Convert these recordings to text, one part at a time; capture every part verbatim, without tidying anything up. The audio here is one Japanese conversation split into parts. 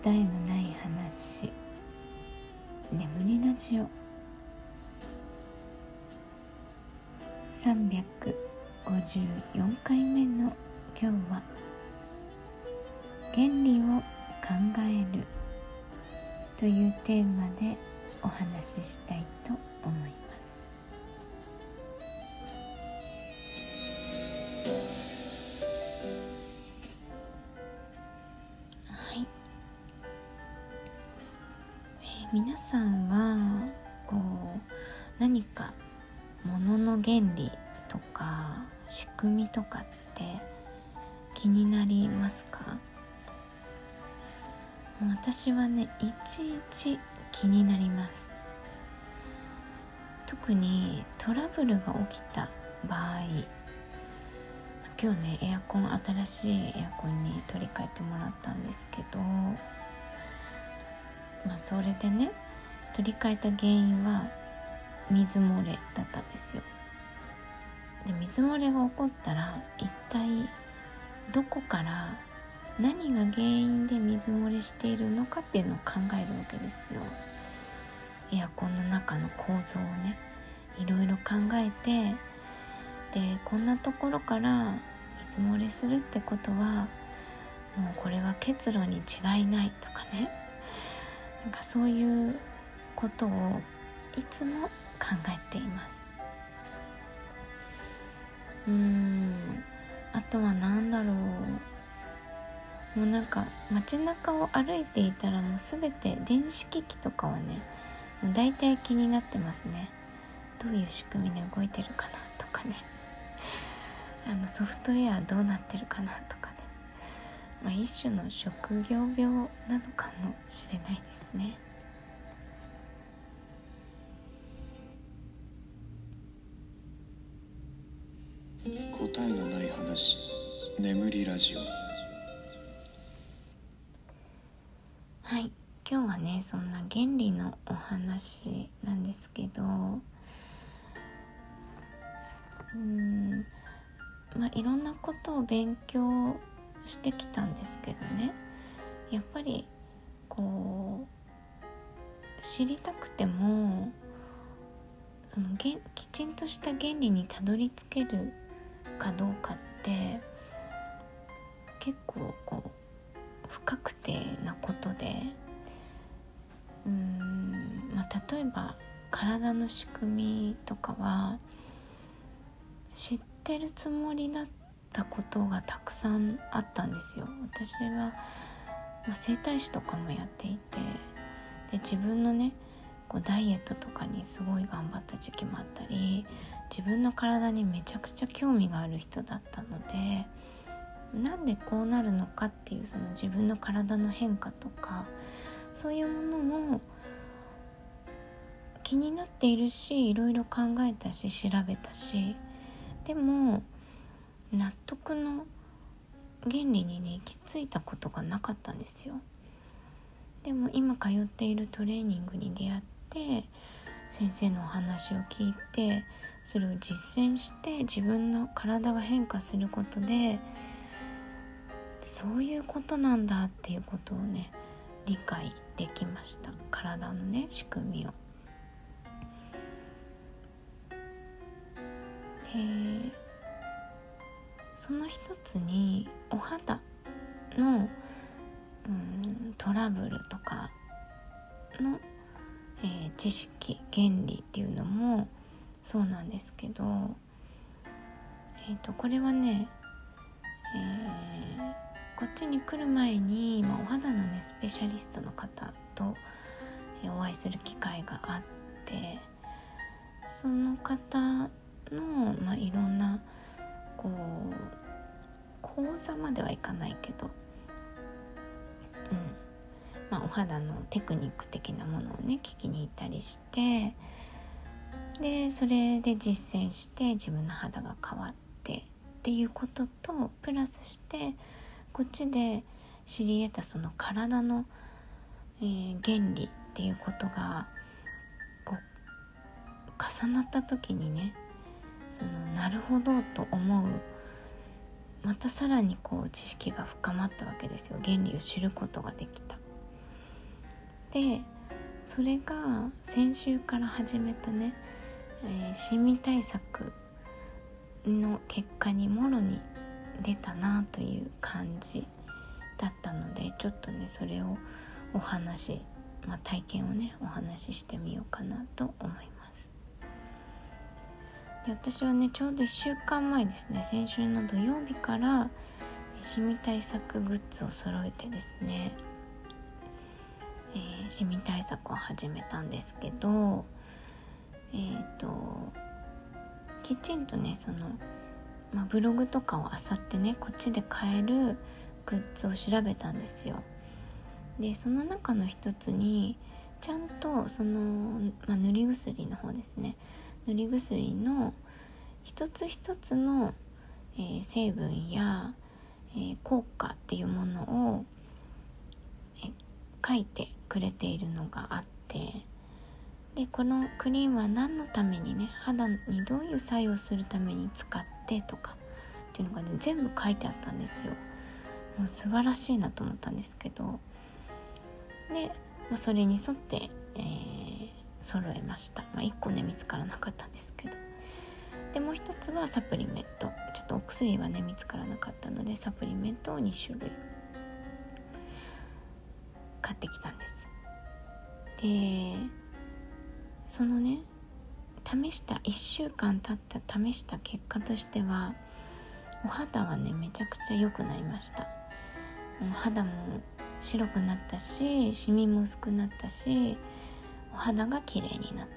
答えのない話、眠りラジオさんびゃくごじゅうよんかいめの今日は、原理を考えるというテーマでお話ししたいと思います。はい、えー、皆さんはこう何かものの原理とか仕組みとかって気になりますか？私はね、いちいち気になります。特にトラブルが起きた場合、今日ねエアコン新しいエアコンに取り替えてもらったんですけど、まあそれでね取り替えた原因は水漏れだったんですよ。で、水漏れが起こったら一体どこから何が原因で水漏れしているのかっていうのを考えるわけですよ。エアコンの中の構造をねいろいろ考えて、でこんなところから水漏れするってことはもうこれは結露に違いないとかね、なんかそういうことをいつも考えています。うーんあとはなんだろう、もうなんか街中を歩いていたらもうすべて電子機器とかはねもう大体気になってますね。どういう仕組みで動いてるかなとかね、あのソフトウェアどうなってるかなとかね、まあ、一種の職業病なのかもしれないですね。 答えのない話、眠りラジオ。 はい、今日はねそんな原理のお話なんですけど、うーんまあいろんなことを勉強してきたんですけどね、やっぱりこう知りたくてもそのきちんとした原理にたどり着けるかどうかって結構こう不確定なことで、うーん、まあ、例えば体の仕組みとかは知ってるつもりだったことがたくさんあったんですよ。私は、まあ、整体師とかもやっていて、で自分のねこうダイエットとかにすごい頑張った時期もあったり、自分の体にめちゃくちゃ興味がある人だったので、なんでこうなるのかっていうその自分の体の変化とかそういうものも気になっているし、いろいろ考えたし調べたし、でも納得の原理にね行き着いたことがなかったんですよ。でも今通っているトレーニングに出会って先生のお話を聞いてそれを実践して自分の体が変化することで、そういうことなんだっていうことをね理解できました。体のね仕組みを。でその一つにお肌のうんトラブルとかの、えー、知識原理っていうのもそうなんですけど、えーと、これはね、えー、こっちに来る前に、まあ、お肌のねスペシャリストの方と、えー、お会いする機会があって、その方の、まあ、いろんなこう講座まではいかないけど、うんまあ、お肌のテクニック的なものをね聞きに行ったりして、でそれで実践して自分の肌が変わってっていうこととプラスしてこっちで知り得たその体の、えー、原理っていうことがこう重なった時にね、そのなるほどと思う、またさらにこう知識が深まったわけですよ。原理を知ることができた。 でそれが先週から始めたね、えー、シミ対策の結果にもろに出たなという感じだったので、ちょっとねそれをお話、まあ、体験をねお話ししてみようかなと思います。で私はねちょうどいっしゅうかんまえですね、先週の土曜日からシミ対策グッズを揃えてですね、えー、シミ対策を始めたんですけど、えーときちんとねその、まあ、ブログとかを漁ってねこっちで買えるグッズを調べたんですよ。でその中の一つにちゃんとその、まあ、塗り薬の方ですね、塗り薬の一つ一つの、えー、成分や、えー、効果っていうものを、えー、書いてくれているのがあって、でこのクリームは何のためにね、肌にどういう作用するために使ってとかっていうのがね全部書いてあったんですよ。もう素晴らしいなと思ったんですけど、で、まあ、それに沿って、えー、揃えました。まあ、いっこね見つからなかったんですけど、でもう一つはサプリメント、ちょっとお薬はね見つからなかったのでサプリメントをにしゅるい買ってきたんです。でそのね試したいっしゅうかん経った試した結果としては、お肌はねめちゃくちゃ良くなりました。肌も白くなったし、シミも薄くなったし、お肌が綺麗にな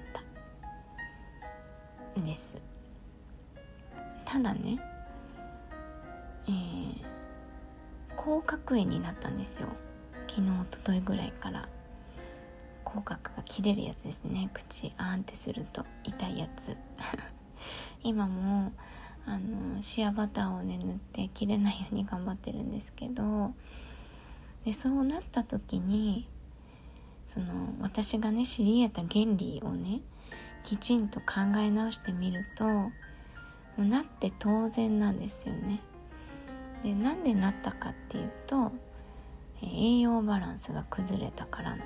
ったんです。ただね、えー、口角炎になったんですよ。昨日一昨日ぐらいから口角が切れるやつですね。口あーんってすると痛いやつ今もあのシアバターをね塗って切れないように頑張ってるんですけど、でそうなった時にその私がね知り得た原理をねきちんと考え直してみると、もうなって当然なんですよね。でなんでなったかっていうと、栄養バランスが崩れたからなんです。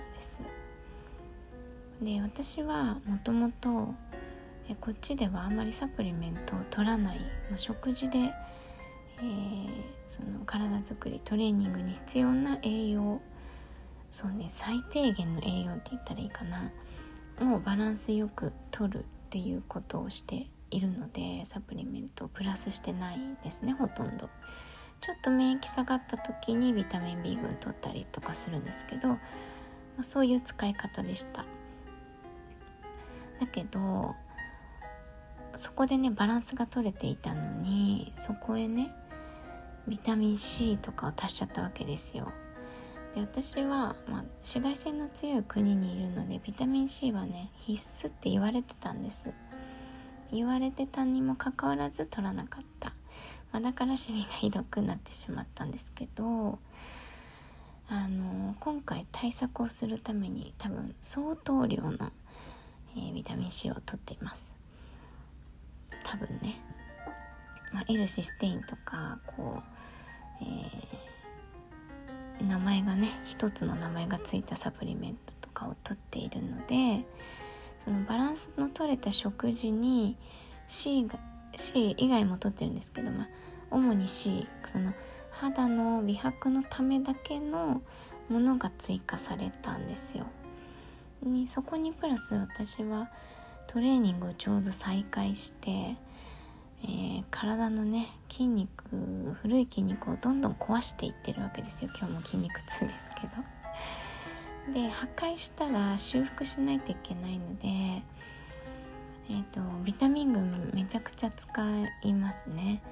で私はもともとこっちではあんまりサプリメントを取らない、食事で、えー、その体作りトレーニングに必要な栄養、そうね最低限の栄養って言ったらいいかなをバランスよく取るっていうことをしているので、サプリメントをプラスしてないですね。ほとんどちょっと免疫下がった時にビタミン B 群取ったりとかするんですけど、まあ、そういう使い方でした。だけどそこでねバランスが取れていたのに、そこへねビタミン C とかを足しちゃったわけですよ。で私は、まあ、紫外線の強い国にいるのでビタミン C はね必須って言われてたんです。言われてたにもかかわらず取らなかった、まあ、だからシミがひどくなってしまったんですけど、あの今回対策をするために多分相当量の、えー、ビタミン C を取っています。多分ね、まあ、L システインとかこう、えー、名前がね一つの名前がついたサプリメントとかを取っているので、そのバランスの取れた食事に C が C 以外も取ってるんですけど、まあ、主に C、 その肌の美白のためだけのものが追加されたんですよ。にそこにプラス私はトレーニングをちょうど再開して、えー、体のね筋肉古い筋肉をどんどん壊していってるわけですよ。今日も筋肉痛ですけど、で破壊したら修復しないといけないので、えーと、ビタミン群めちゃくちゃ使いますね。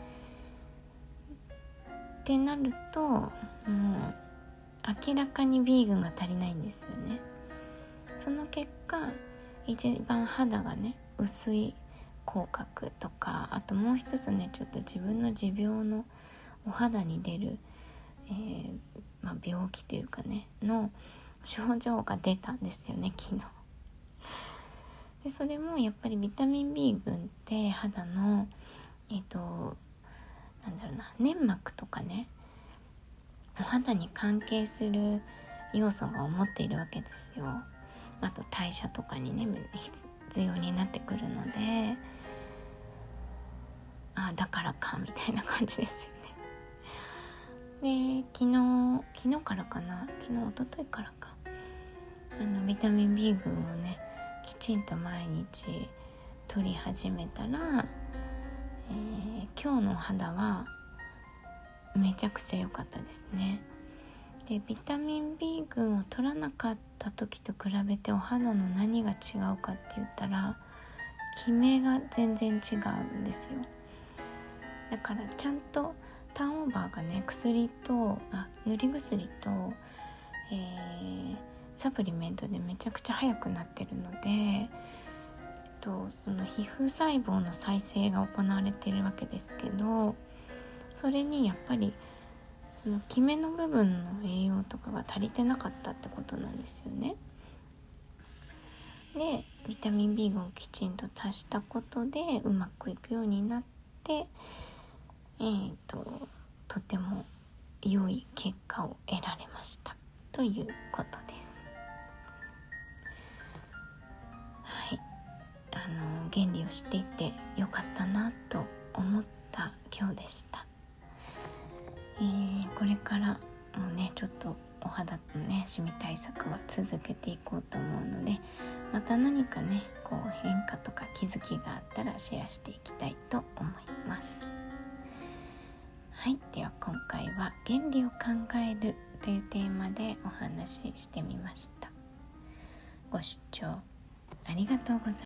ってなるともう明らかに B 群が足りないんですよね。その結果一番肌がね薄い口角とか、あともう一つねちょっと自分の持病のお肌に出る、えーまあ、病気というかねの症状が出たんですよね昨日。でそれもやっぱりビタミン B 群って肌のえっとなんだろうな粘膜とかねお肌に関係する、 要素が持っているわけですよ。あと代謝とかにね必要になってくるので、あだからかみたいな感じですよね。で昨日昨日からかな昨日一昨日からかあのビタミン B 群をねきちんと毎日取り始めたら、えー、今日の肌はめちゃくちゃ良かったですね。でビタミン B 群を取らなかった時と比べてお肌の何が違うかって言ったらキメが全然違うんですよ。だからちゃんとターンオーバーがね薬とあ塗り薬と、えー、サプリメントでめちゃくちゃ早くなってるので、えっと、その皮膚細胞の再生が行われているわけですけど、それにやっぱりそのキメの部分の栄養とかが足りてなかったってことなんですよね。でビタミン B 群をきちんと足したことでうまくいくようになって、えーと、とても良い結果を得られましたということです。はい、あの原理を知っていてよかったなと思った今日でした。えー、これからもねちょっとお肌のねシミ対策は続けていこうと思うので、また何かねこう変化とか気づきがあったらシェアしていきたいと思います。はい、では今回は原理を考えるというテーマでお話ししてみました。ご視聴ありがとうございました。